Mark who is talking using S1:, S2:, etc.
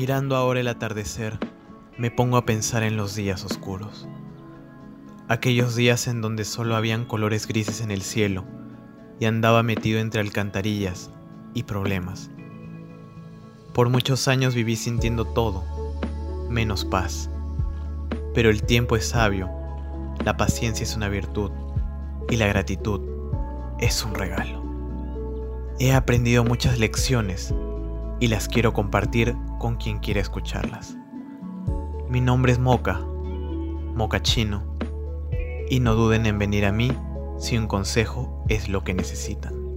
S1: Mirando ahora el atardecer, me pongo a pensar en los días oscuros. Aquellos días en donde solo habían colores grises en el cielo y andaba metido entre alcantarillas y problemas. Por muchos años viví sintiendo todo, menos paz. Pero el tiempo es sabio, la paciencia es una virtud y la gratitud es un regalo. He aprendido muchas lecciones y las quiero compartir con quien quiera escucharlas. Mi nombre es Moca, Moca Chino, y no duden en venir a mí si un consejo es lo que necesitan.